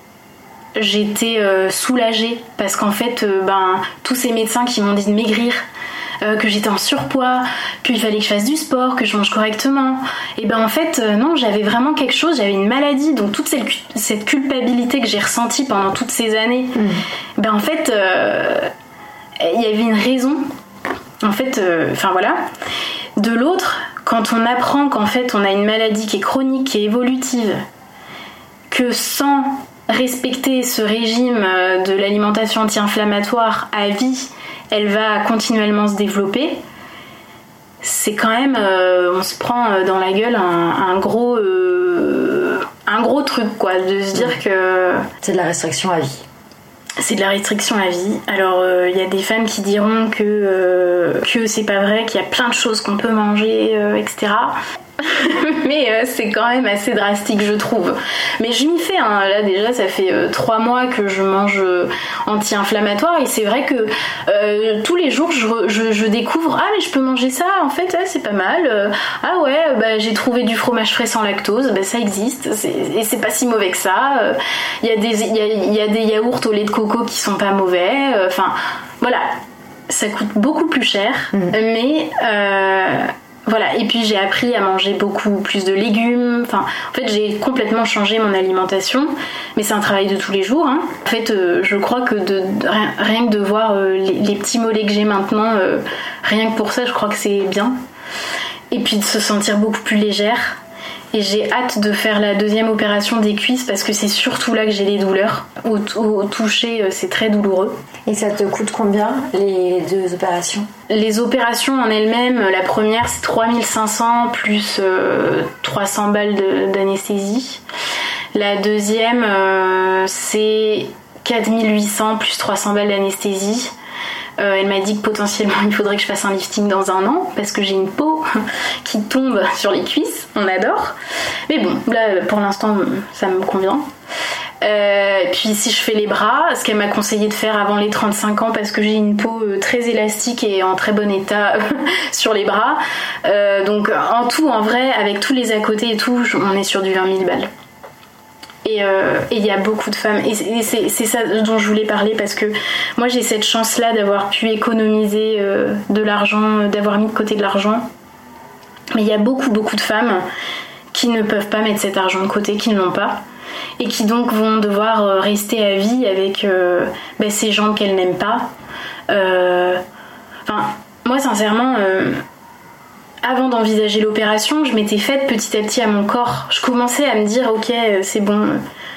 j'étais euh, soulagée parce qu'en fait, euh, ben, tous ces médecins qui m'ont dit de maigrir, euh, que j'étais en surpoids, qu'il fallait que je fasse du sport, que je mange correctement, et ben en fait, euh, non, j'avais vraiment quelque chose, j'avais une maladie, donc toute cette, cette culpabilité que j'ai ressentie pendant toutes ces années, mmh. ben en fait, il euh, y avait une raison. En fait, enfin euh, voilà. De l'autre, quand on apprend qu'en fait on a une maladie qui est chronique, qui est évolutive, que sans respecter ce régime de l'alimentation anti-inflammatoire à vie, elle va continuellement se développer, c'est quand même, euh, on se prend dans la gueule un, un gros, euh, un gros truc quoi, de se dire que c'est de la restriction à vie. C'est de la restriction à vie. Alors il euh, y a des femmes qui diront que euh, que c'est pas vrai, qu'il y a plein de choses qu'on peut manger, euh, et cetera. Mais euh, c'est quand même assez drastique, je trouve. Mais je m'y fais. Hein. Là déjà, ça fait euh, trois mois que je mange euh, anti-inflammatoire et c'est vrai que euh, tous les jours, je, je, je découvre ah mais je peux manger ça. En fait, ah, c'est pas mal. Euh, ah ouais, bah, j'ai trouvé du fromage frais sans lactose. Bah, ça existe c'est, et c'est pas si mauvais que ça. Il euh, y a des il y a, y a des yaourts au lait de coco qui sont pas mauvais. Enfin euh, voilà, ça coûte beaucoup plus cher, mmh. mais euh, voilà, et puis j'ai appris à manger beaucoup plus de légumes. Enfin, en fait, j'ai complètement changé mon alimentation, mais c'est un travail de tous les jours. Hein. En fait, euh, je crois que de, de rien que de voir euh, les, les petits mollets que j'ai maintenant, euh, rien que pour ça, je crois que c'est bien. Et puis de se sentir beaucoup plus légère. Et j'ai hâte de faire la deuxième opération des cuisses parce que c'est surtout là que j'ai les douleurs. Au, au, au toucher, c'est très douloureux. Et ça te coûte combien les deux opérations ? Les opérations en elles-mêmes, la première c'est trois mille cinq cents plus euh, trois cents balles de, d'anesthésie. La deuxième euh, c'est quatre mille huit cents plus trois cents balles d'anesthésie. Euh, elle m'a dit que potentiellement il faudrait que je fasse un lifting dans un an parce que j'ai une peau qui tombe sur les cuisses, on adore. Mais bon, là pour l'instant ça me convient. Euh, puis si je fais les bras, ce qu'elle m'a conseillé de faire avant les trente-cinq ans parce que j'ai une peau très élastique et en très bon état sur les bras. Euh, donc en tout, en vrai, avec tous les à côté et tout, on est sur du vingt mille balles. Et il euh, y a beaucoup de femmes et c'est, et c'est, c'est ça dont je voulais parler parce que moi j'ai cette chance là d'avoir pu économiser euh, de l'argent, d'avoir mis de côté de l'argent, mais il y a beaucoup beaucoup de femmes qui ne peuvent pas mettre cet argent de côté, qui ne l'ont pas et qui donc vont devoir rester à vie avec euh, bah, ces jambes qu'elles n'aiment pas. euh, enfin moi sincèrement euh, avant d'envisager l'opération, je m'étais faite petit à petit à mon corps. Je commençais à me dire, ok, c'est bon,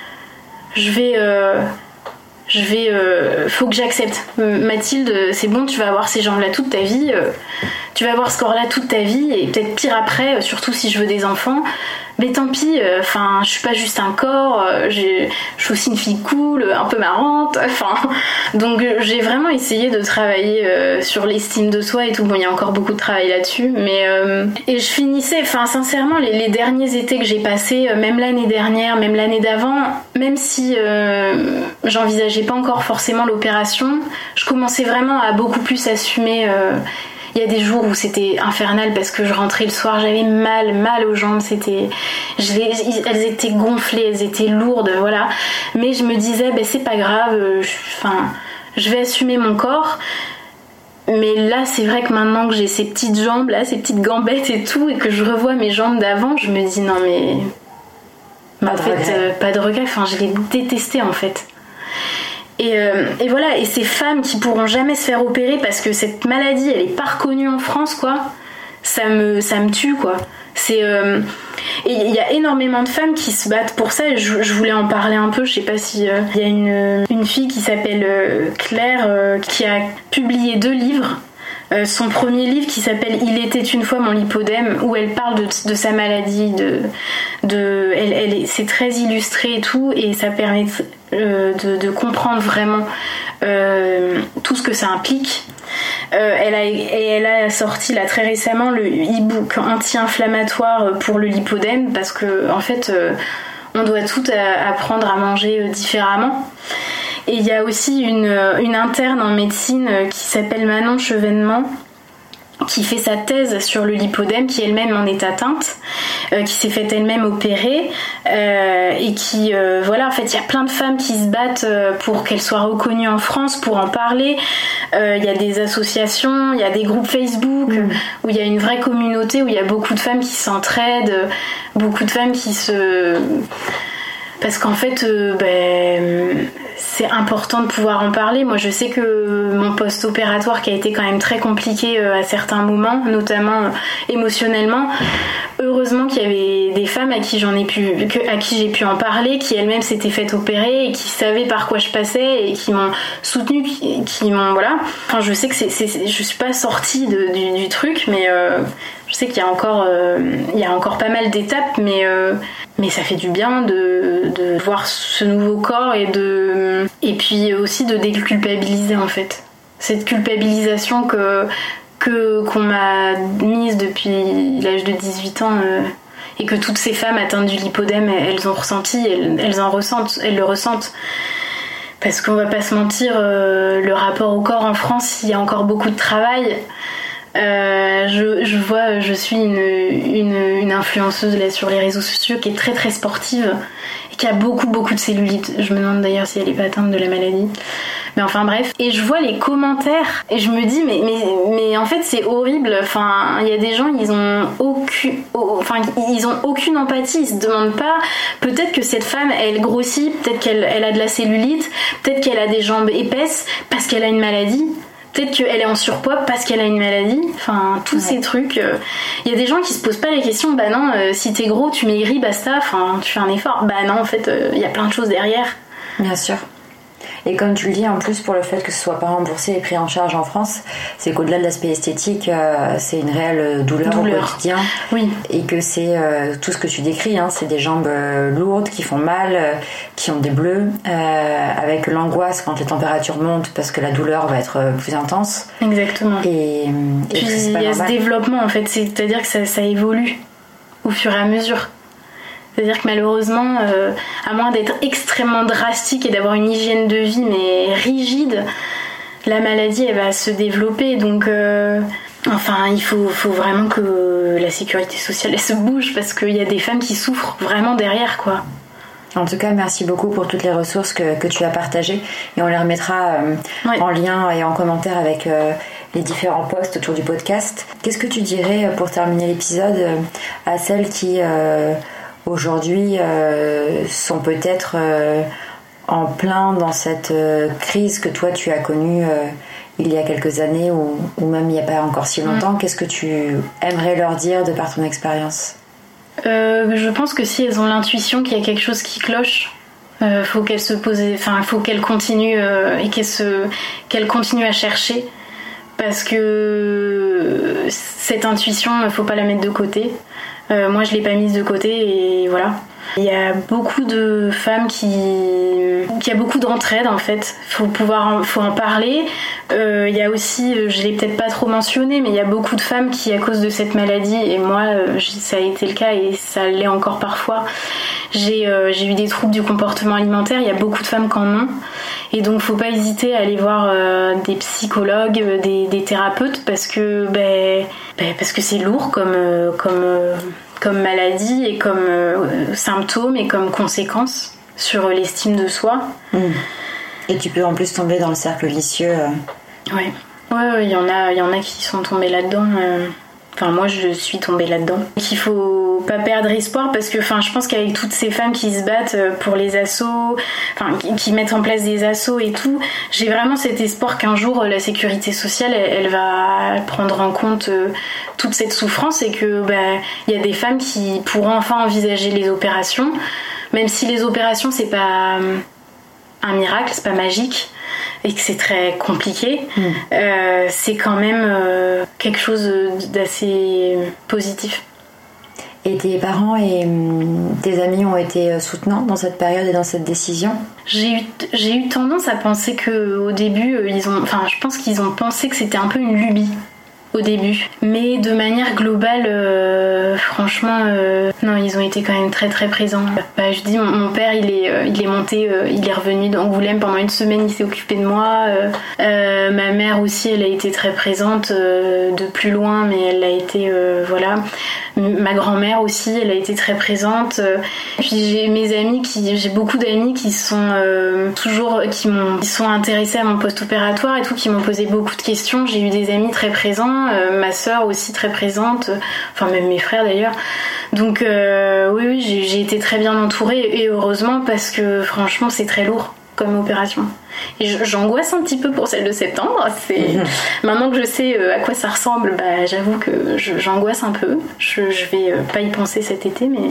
je vais, euh, je vais, euh, faut que j'accepte. Mathilde, c'est bon, tu vas avoir ces jambes-là toute ta vie, euh, tu vas avoir ce corps-là toute ta vie, et peut-être pire après, surtout si je veux des enfants. Mais tant pis, enfin, euh, je suis pas juste un corps, euh, j'ai, je suis aussi une fille cool, un peu marrante, enfin. Donc j'ai vraiment essayé de travailler euh, sur l'estime de soi et tout. Bon, il y a encore beaucoup de travail là-dessus, mais euh, et je finissais, enfin, sincèrement, les, les derniers étés que j'ai passés, euh, même l'année dernière, même l'année d'avant, même si euh, j'envisageais pas encore forcément l'opération, je commençais vraiment à beaucoup plus assumer. Euh, Il y a des jours où c'était infernal parce que je rentrais le soir, j'avais mal, mal aux jambes, c'était, je les, elles étaient gonflées, elles étaient lourdes, voilà. Mais je me disais, ben c'est pas grave, enfin, je vais assumer mon corps. Mais là, c'est vrai que maintenant que j'ai ces petites jambes, là, ces petites gambettes et tout, et que je revois mes jambes d'avant, je me dis non mais, mais en fait, euh, pas de regret. Enfin, je les détestais en fait. Et, euh, et voilà, et ces femmes qui pourront jamais se faire opérer parce que cette maladie elle est pas reconnue en France quoi, ça me, ça me tue quoi. C'est, euh, Et il y a énormément de femmes qui se battent pour ça. Je, je voulais en parler un peu. Je sais pas si il euh, y a une, une fille qui s'appelle euh, Claire euh, qui a publié deux livres. Euh, son premier livre qui s'appelle Il était une fois mon lipodème, où elle parle de, de sa maladie, de, de, elle, elle, c'est très illustré et tout, et ça permet euh, de, de comprendre vraiment euh, tout ce que ça implique. Euh, elle, a, et elle a sorti là très récemment le e-book anti-inflammatoire pour le lipodème, parce que en fait euh, on doit tout apprendre à manger différemment. Et il y a aussi une, une interne en médecine qui s'appelle Manon Chevènement, qui fait sa thèse sur le lipodème, qui elle-même en est atteinte, euh, qui s'est faite elle-même opérer, euh, et qui, euh, voilà, en fait, il y a plein de femmes qui se battent pour qu'elle soit reconnue en France, pour en parler. Euh, il y a des associations, il y a des groupes Facebook, mmh. où il y a une vraie communauté, où il y a beaucoup de femmes qui s'entraident, beaucoup de femmes qui se... Parce qu'en fait, euh, ben, c'est important de pouvoir en parler. Moi, je sais que mon post-opératoire, qui a été quand même très compliqué euh, à certains moments, notamment euh, émotionnellement, heureusement qu'il y avait des femmes à qui j'en ai pu, que, à qui j'ai pu en parler, qui elles-mêmes s'étaient faites opérer et qui savaient par quoi je passais et qui m'ont soutenue, qui, qui m'ont voilà. Enfin, je sais que c'est, c'est, je suis pas sortie de, du, du truc, mais euh, je sais qu'il y a encore, euh, il y a encore pas mal d'étapes, mais euh, mais ça fait du bien de, de voir ce nouveau corps et de et puis aussi de déculpabiliser en fait. Cette culpabilisation que que qu'on m'a mise depuis l'âge de dix-huit ans euh, et que toutes ces femmes atteintes du lipodème elles ont ressenti, elles, elles en ressentent, elles le ressentent. Parce qu'on va pas se mentir, euh, le rapport au corps en France, il y a encore beaucoup de travail. Euh, je, je vois, je suis une, une, une influenceuse là sur les réseaux sociaux qui est très très sportive et qui a beaucoup beaucoup de cellulite. Je me demande d'ailleurs si elle est pas atteinte de la maladie. Mais enfin bref. Et je vois les commentaires et je me dis mais, mais, mais en fait c'est horrible. Enfin, il y a des gens, ils ont aucune, enfin, ils ont aucune empathie. Ils se demandent pas, peut-être que cette femme elle grossit, peut-être qu'elle elle a de la cellulite, peut-être qu'elle a des jambes épaisses parce qu'elle a une maladie. Peut-être qu'elle est en surpoids parce qu'elle a une maladie. Enfin, tous ouais. ces trucs. Il euh, y a des gens qui se posent pas la question, bah non, euh, si t'es gros, tu maigris, basta, enfin, tu fais un effort. Bah non, en fait, il euh, y a plein de choses derrière. Bien sûr. Et comme tu le dis, en plus, pour le fait que ce soit pas remboursé et pris en charge en France, c'est qu'au-delà de l'aspect esthétique, euh, c'est une réelle douleur, douleur au quotidien. Oui. Et que c'est euh, tout ce que tu décris, hein, c'est des jambes euh, lourdes, qui font mal, euh, qui ont des bleus, euh, avec l'angoisse quand les températures montent, parce que la douleur va être euh, plus intense. Exactement. Et, et puis il y a ce développement, en fait, c'est-à-dire que ça, ça évolue au fur et à mesure. C'est-à-dire que malheureusement, euh, à moins d'être extrêmement drastique et d'avoir une hygiène de vie mais rigide, la maladie elle va se développer. Donc, euh, enfin, il faut, faut vraiment que la sécurité sociale elle se bouge parce qu'il y a des femmes qui souffrent vraiment derrière, quoi. En tout cas, merci beaucoup pour toutes les ressources que, que tu as partagées et on les remettra euh, ouais. en lien et en commentaire avec euh, les différents posts autour du podcast. Qu'est-ce que tu dirais pour terminer l'épisode euh, à celles qui... Euh, aujourd'hui euh, sont peut-être euh, en plein dans cette euh, crise que toi tu as connue euh, il y a quelques années ou, ou même il n'y a pas encore si longtemps. Mmh. Qu'est-ce que tu aimerais leur dire de par ton expérience ? euh, Je pense que si elles ont l'intuition qu'il y a quelque chose qui cloche, euh, faut qu'elles se posent, enfin faut qu'elles continuent euh, et qu'elles se, qu'elles continuent à chercher parce que cette intuition, il faut pas la mettre de côté. Euh, moi je l'ai pas mise de côté et voilà. Il y a beaucoup de femmes qui... Il y a beaucoup d'entraide en fait. Faut pouvoir en... faut en parler. Euh, il y a aussi, je l'ai peut-être pas trop mentionné, mais il y a beaucoup de femmes qui, à cause de cette maladie, et moi ça a été le cas et ça l'est encore parfois, j'ai, euh, j'ai eu des troubles du comportement alimentaire. Il y a beaucoup de femmes qui en ont. Et donc faut pas hésiter à aller voir euh, des psychologues, des, des thérapeutes parce que, ben, ben, parce que c'est lourd comme... Euh, comme euh, comme maladie et comme euh, symptômes et comme conséquences sur l'estime de soi. Mmh. Et tu peux en plus tomber dans le cercle vicieux. Euh... Ouais, ouais, il y en a, il y en a qui sont tombés là-dedans. Euh... Enfin, moi, je suis tombée là-dedans. Il faut pas perdre espoir parce que enfin je pense qu'avec toutes ces femmes qui se battent pour les assos, enfin qui, qui mettent en place des assos et tout, j'ai vraiment cet espoir qu'un jour la sécurité sociale elle, elle va prendre en compte euh, toute cette souffrance et que bah il y a des femmes qui pourront enfin envisager les opérations, même si les opérations c'est pas un miracle, c'est pas magique et que c'est très compliqué, mmh. euh, c'est quand même euh, quelque chose d'assez positif. Et tes parents et hum, tes amis ont été soutenants dans cette période et dans cette décision ? J'ai eu, j'ai eu tendance à penser qu'au début, ils ont, enfin, je pense qu'ils ont pensé que c'était un peu une lubie. Au début, mais de manière globale, euh, franchement, euh, non, ils ont été quand même très très présents. Bah, je dis, mon, mon père, il est, euh, il est monté, euh, il est revenu d'Angoulême pendant une semaine, il s'est occupé de moi. Euh, euh, ma mère aussi, elle a été très présente euh, de plus loin, mais elle a été, euh, voilà. Ma grand-mère aussi, elle a été très présente. Puis j'ai mes amis qui, j'ai beaucoup d'amis qui sont euh, toujours, qui m'ont, qui sont intéressés à mon post-opératoire et tout, qui m'ont posé beaucoup de questions. J'ai eu des amis très présents. Euh, ma sœur aussi très présente, enfin même mes frères d'ailleurs. Donc euh, oui, oui, j'ai, j'ai été très bien entourée et heureusement parce que franchement c'est très lourd comme opération. Et j'angoisse un petit peu pour celle de septembre. C'est... Mmh. Maintenant que je sais à quoi ça ressemble, bah, j'avoue que je, j'angoisse un peu. Je, je vais pas y penser cet été, mais...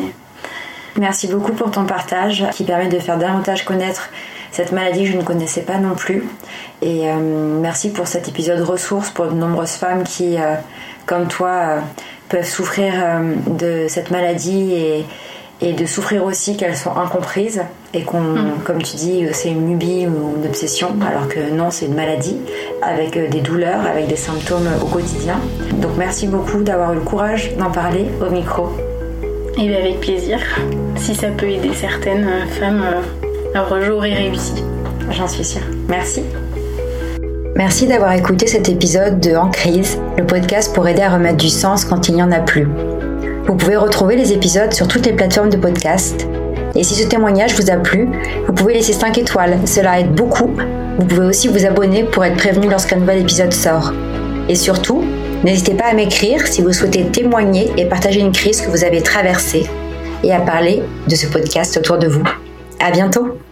Merci beaucoup pour ton partage qui permet de faire davantage connaître cette maladie que je ne connaissais pas non plus. Et euh, merci pour cet épisode ressource pour de nombreuses femmes qui, euh, comme toi, euh, peuvent souffrir euh, de cette maladie et, et de souffrir aussi qu'elles sont incomprises et qu'on, mmh. comme tu dis, c'est une lubie ou une obsession, alors que non, c'est une maladie avec des douleurs, avec des symptômes au quotidien. Donc merci beaucoup d'avoir eu le courage d'en parler au micro. Et bien avec plaisir, si ça peut aider certaines femmes, alors j'aurais réussi. J'en suis sûre. Merci. Merci d'avoir écouté cet épisode de En Crise, le podcast pour aider à remettre du sens quand il n'y en a plus. Vous pouvez retrouver les épisodes sur toutes les plateformes de podcast. Et si ce témoignage vous a plu, vous pouvez laisser cinq étoiles, cela aide beaucoup. Vous pouvez aussi vous abonner pour être prévenu lorsqu'un nouvel épisode sort. Et surtout, n'hésitez pas à m'écrire si vous souhaitez témoigner et partager une crise que vous avez traversée et à parler de ce podcast autour de vous. À bientôt!